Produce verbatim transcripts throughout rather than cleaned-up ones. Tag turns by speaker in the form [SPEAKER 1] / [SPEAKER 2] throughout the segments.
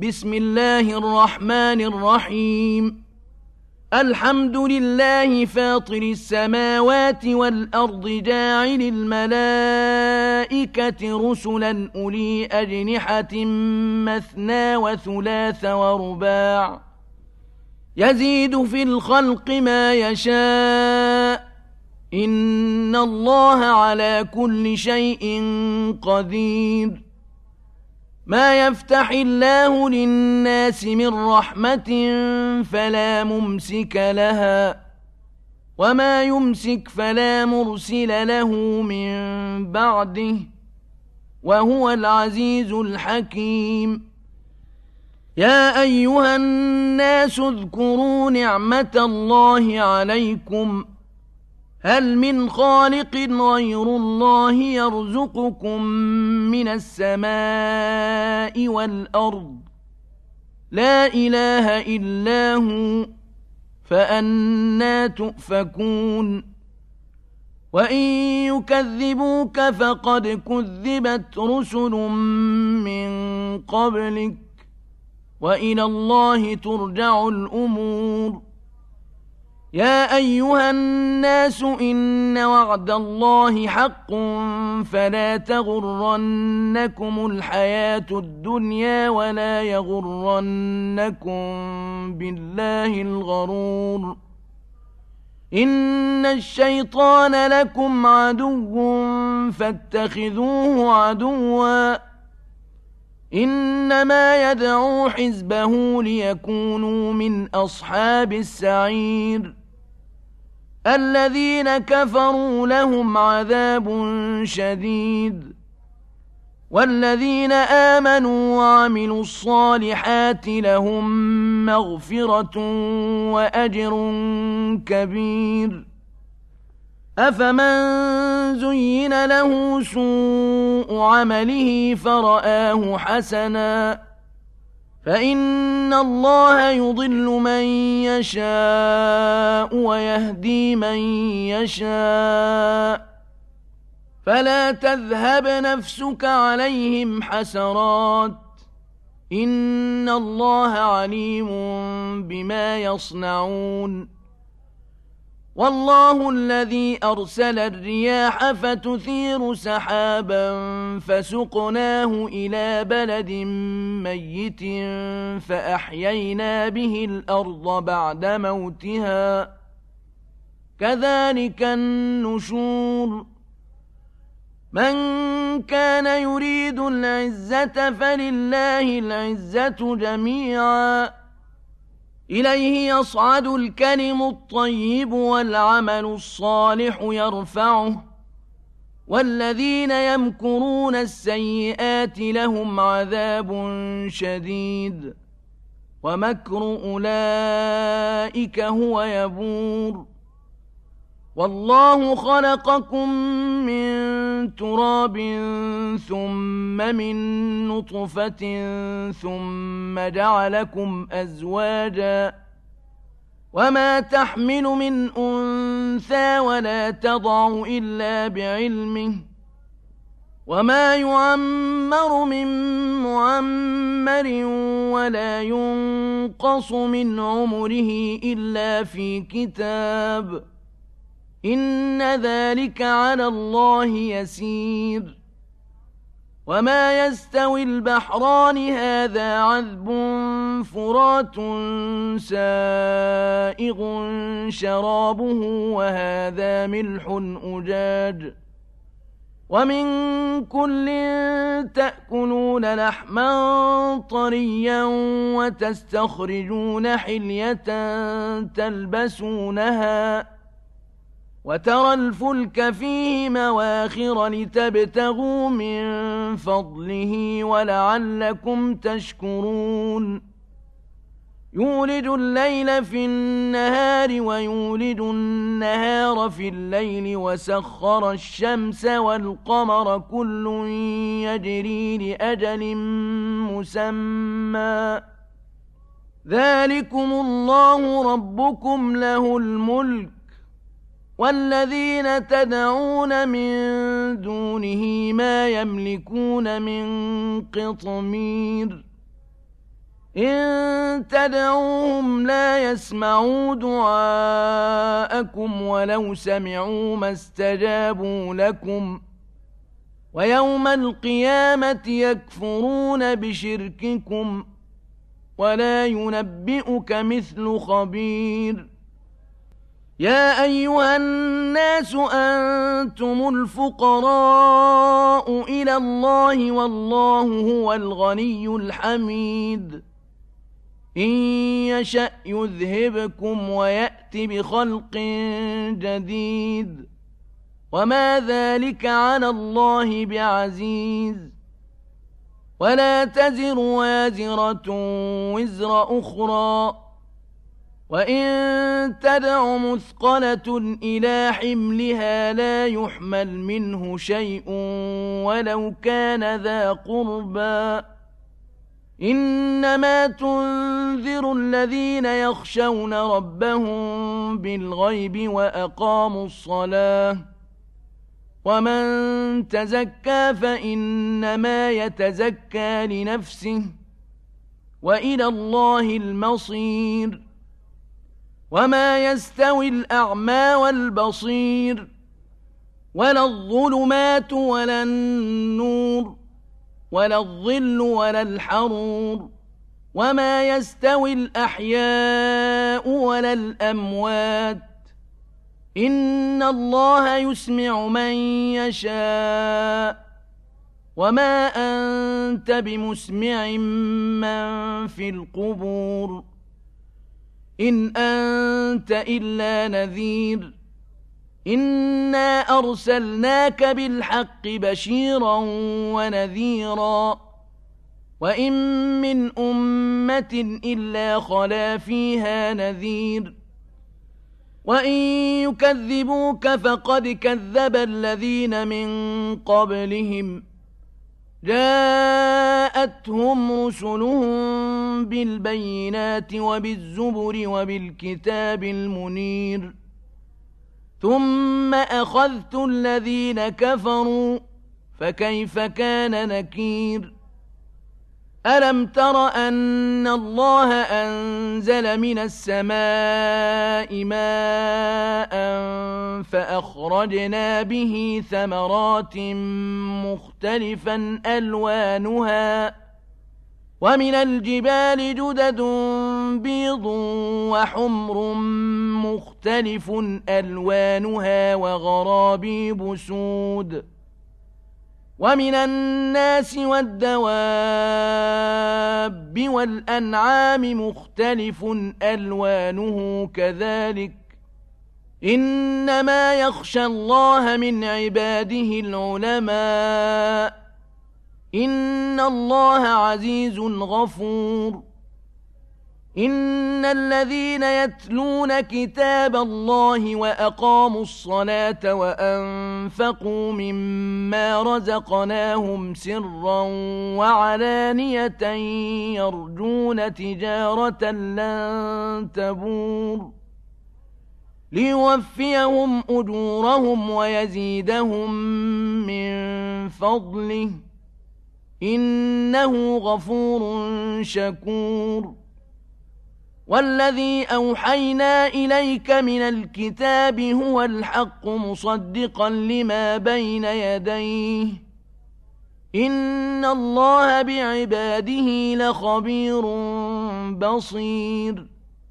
[SPEAKER 1] بسم الله الرحمن الرحيم. الحمد لله فاطر السماوات والأرض جاعل الملائكة رسلا أولي أجنحة مثنى وثلاث ورباع يزيد في الخلق ما يشاء إن الله على كل شيء قدير. ما يفتح الله للناس من رحمة فلا ممسك لها وما يمسك فلا مرسل له من بعده وهو العزيز الحكيم. يا أيها الناس اذكروا نعمة الله عليكم هل من خالق غير الله يرزقكم من السماء والأرض لا إله إلا هو فأنى تؤفكون. وإن يكذبوك فقد كذبت رسل من قبلك وإلى الله ترجع الأمور. يا أيها الناس إن وعد الله حق فلا تغرنكم الحياة الدنيا ولا يغرنكم بالله الغرور. إن الشيطان لكم عدو فاتخذوه عدوا إنما يدعو حزبه ليكونوا من أصحاب السعير. الذين كفروا لهم عذاب شديد والذين آمنوا وعملوا الصالحات لهم مغفرة وأجر كبير. أفمن زين له سوء عمله فرآه حسنا فإن الله يضل من يشاء ويهدي من يشاء فلا تذهب نفسك عليهم حسرات إن الله عليم بما يصنعون. والله الذي أرسل الرياح فتثير سحابا فسقناه إلى بلد ميت فأحيينا به الأرض بعد موتها كذلك النشور. من كان يريد العزة فلله العزة جميعا إليه يصعد الكلم الطيب والعمل الصالح يرفعه والذين يمكرون السيئات لهم عذاب شديد ومكر أولئك هو يبور. والله خلقكم من تراب ثم من نطفة ثم جعلكم أزواجا وما تحمل من أنثى ولا تضع إلا بعلمه وما يعمر من معمر ولا ينقص من عمره إلا في كتاب إن ذلك على الله يسير. وما يستوي البحران هذا عذب فرات سائغ شرابه وهذا ملح أجاج ومن كل تأكلون لحما طريا وتستخرجون حلية تلبسونها وترى الفلك فيه مواخر لتبتغوا من فضله ولعلكم تشكرون. يولج الليل في النهار ويولج النهار في الليل وسخر الشمس والقمر كل يجري لأجل مسمى ذلكم الله ربكم له الملك والذين تدعون من دونه ما يملكون من قطمير إن تدعوهم لا يسمعوا دعاءكم ولو سمعوا ما استجابوا لكم ويوم القيامة يكفرون بشرككم ولا ينبئك مثل خبير. يا أيها الناس أنتم الفقراء إلى الله والله هو الغني الحميد. إن يشأ يذهبكم ويأت بخلق جديد وما ذلك على الله بعزيز. ولا تزر وازرة وزر أخرى وإن تدع مثقلة إلى حملها لا يحمل منه شيء ولو كان ذا قربى. إنما تنذر الذين يخشون ربهم بالغيب وأقاموا الصلاة ومن تزكى فإنما يتزكى لنفسه وإلى الله المصير. وما يستوي الأعمى والبصير ولا الظلمات ولا النور ولا الظل ولا الحرور وما يستوي الأحياء ولا الأموات. إن الله يسمع من يشاء وما أنت بمسمع من في القبور إن أنت إلا نذير. إنا أرسلناك بالحق بشيرا ونذيرا وإن من أمة إلا خلا فيها نذير. وإن يكذبوك فقد كذب الذين من قبلهم جاءتهم رسلهم بالبينات وبالزبر وبالكتاب المنير ثم أخذت الذين كفروا فكيف كان نكير. ألم تر أن الله أنزل من السماء ماء فأخرجنا به ثمرات مختلفا ألوانها ومن الجبال جدد بيض وحمر مختلف ألوانها وغرابيب سود ومن الناس والدواب والأنعام مختلف ألوانه كذلك إنما يخشى الله من عباده العلماء إن الله عزيز غفور. إن الذين يتلون كتاب الله وأقاموا الصلاة وأنفقوا مما رزقناهم سرا وعلانية يرجون تجارة لن تبور ليوفيهم أجورهم ويزيدهم من فضله إنه غفور شكور. والذي أوحينا إليك من الكتاب هو الحق مصدقا لما بين يديه إن الله بعباده لخبير بصير.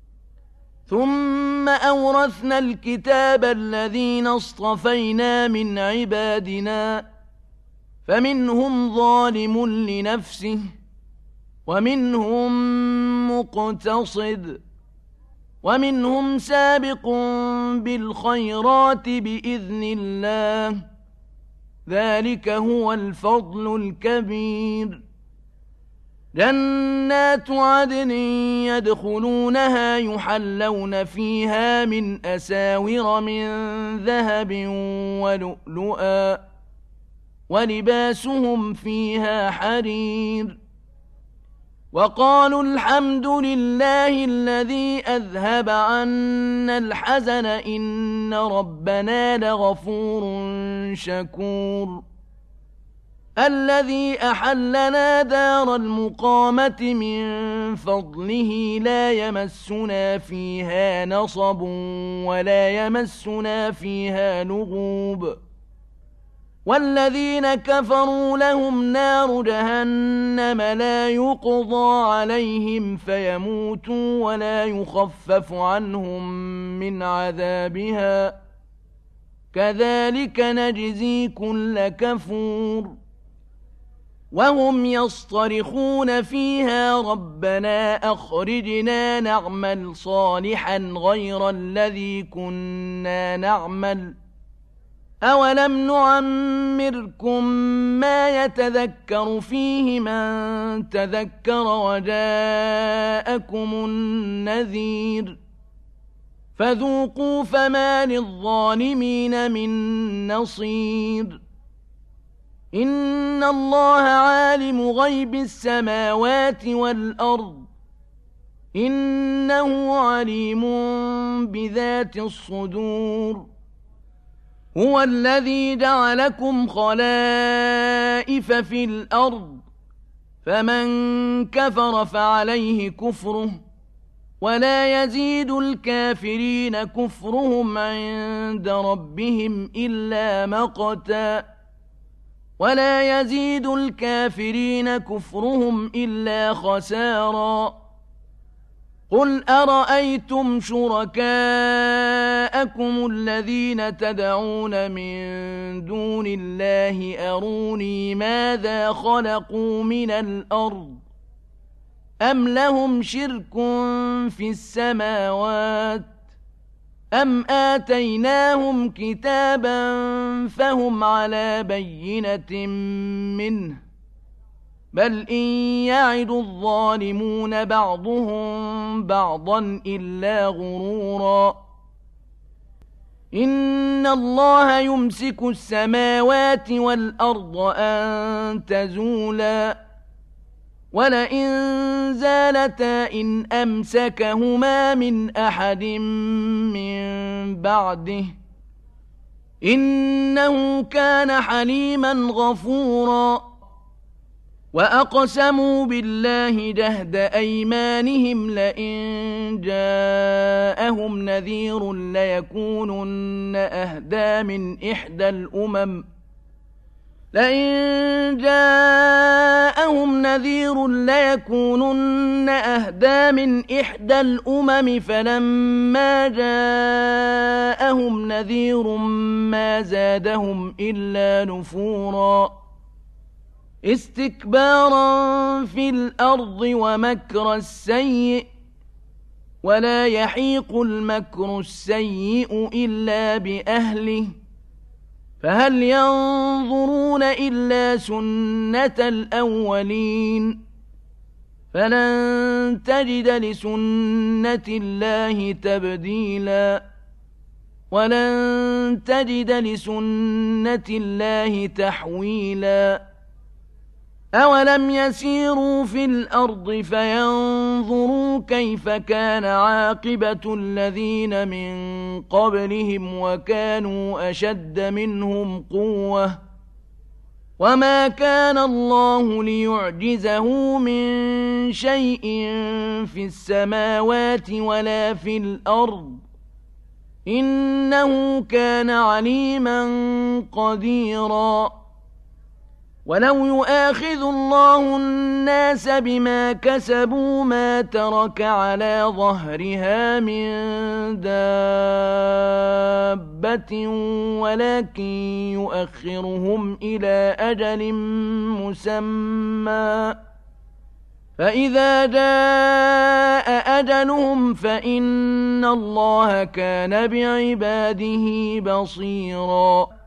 [SPEAKER 1] ثم أورثنا الكتاب الذين اصطفينا من عبادنا فمنهم ظالم لنفسه ومنهم مقتصد ومنهم سابق بالخيرات بإذن الله ذلك هو الفضل الكبير. جنات عدن يدخلونها يحلون فيها من أساور من ذهب ولؤلؤا ولباسهم فيها حرير. وقالوا الحمد لله الذي أذهب عنا الحزن إن ربنا لغفور شكور. الذي أحلنا دار المقامة من فضله لا يمسنا فيها نصب ولا يمسنا فيها لغوب والذين كفروا لهم نار جهنم لا يقضى عليهم فيموتوا ولا يخفف عنهم من عذابها كذلك نجزي كل كفور وهم يصطرخون فيها ربنا أخرجنا نعمل صالحا غير الذي كنا نعمل أولم نعمركم ما يتذكر فيه من تذكر وجاءكم النذير فذوقوا فما للظالمين من نصير إن الله عالم غيب السماوات والأرض إنه عليم بذات الصدور هو الذي جعلكم خلائف في الأرض فمن كفر فعليه كفره ولا يزيد الكافرين كفرهم عند ربهم إلا مقتا ولا يزيد الكافرين كفرهم إلا خسارا قل أرأيتم شركاءكم الذين تدعون من دون الله أروني ماذا خلقوا من الأرض أم لهم شرك في السماوات أم آتيناهم كتابا فهم على بينة منه بل إن يعد الظالمون بعضهم بعضا إلا غرورا إن الله يمسك السماوات والأرض أن تزولا ولئن زالتا إن أمسكهما من أحد من بعده إنه كان حليما غفورا وأقسموا بالله جهد أيمانهم لئن جاءهم نذير ليكونن أهدى من إحدى الأمم لئن جاءهم نذير ليكونن أهدى من إحدى الأمم فلما جاءهم نذير ما زادهم إلا نفورا استكبارا في الأرض ومكر السيء ولا يحيق المكر السيء إلا بأهله فهل ينظرون إلا سنة الأولين فلن تجد لسنة الله تبديلا ولن تجد لسنة الله تحويلا أولم يسيروا في الأرض فينظروا كيف كان عاقبة الذين من قبلهم وكانوا أشد منهم قوة وما كان الله ليعجزه من شيء في السماوات ولا في الأرض إنه كان عليما قديرا ولو يؤاخذ الله الناس بما كسبوا ما ترك على ظهرها من دابة ولكن يؤخرهم إلى أجل مسمى فإذا جاء أجلهم فإن الله كان بعباده بصيراً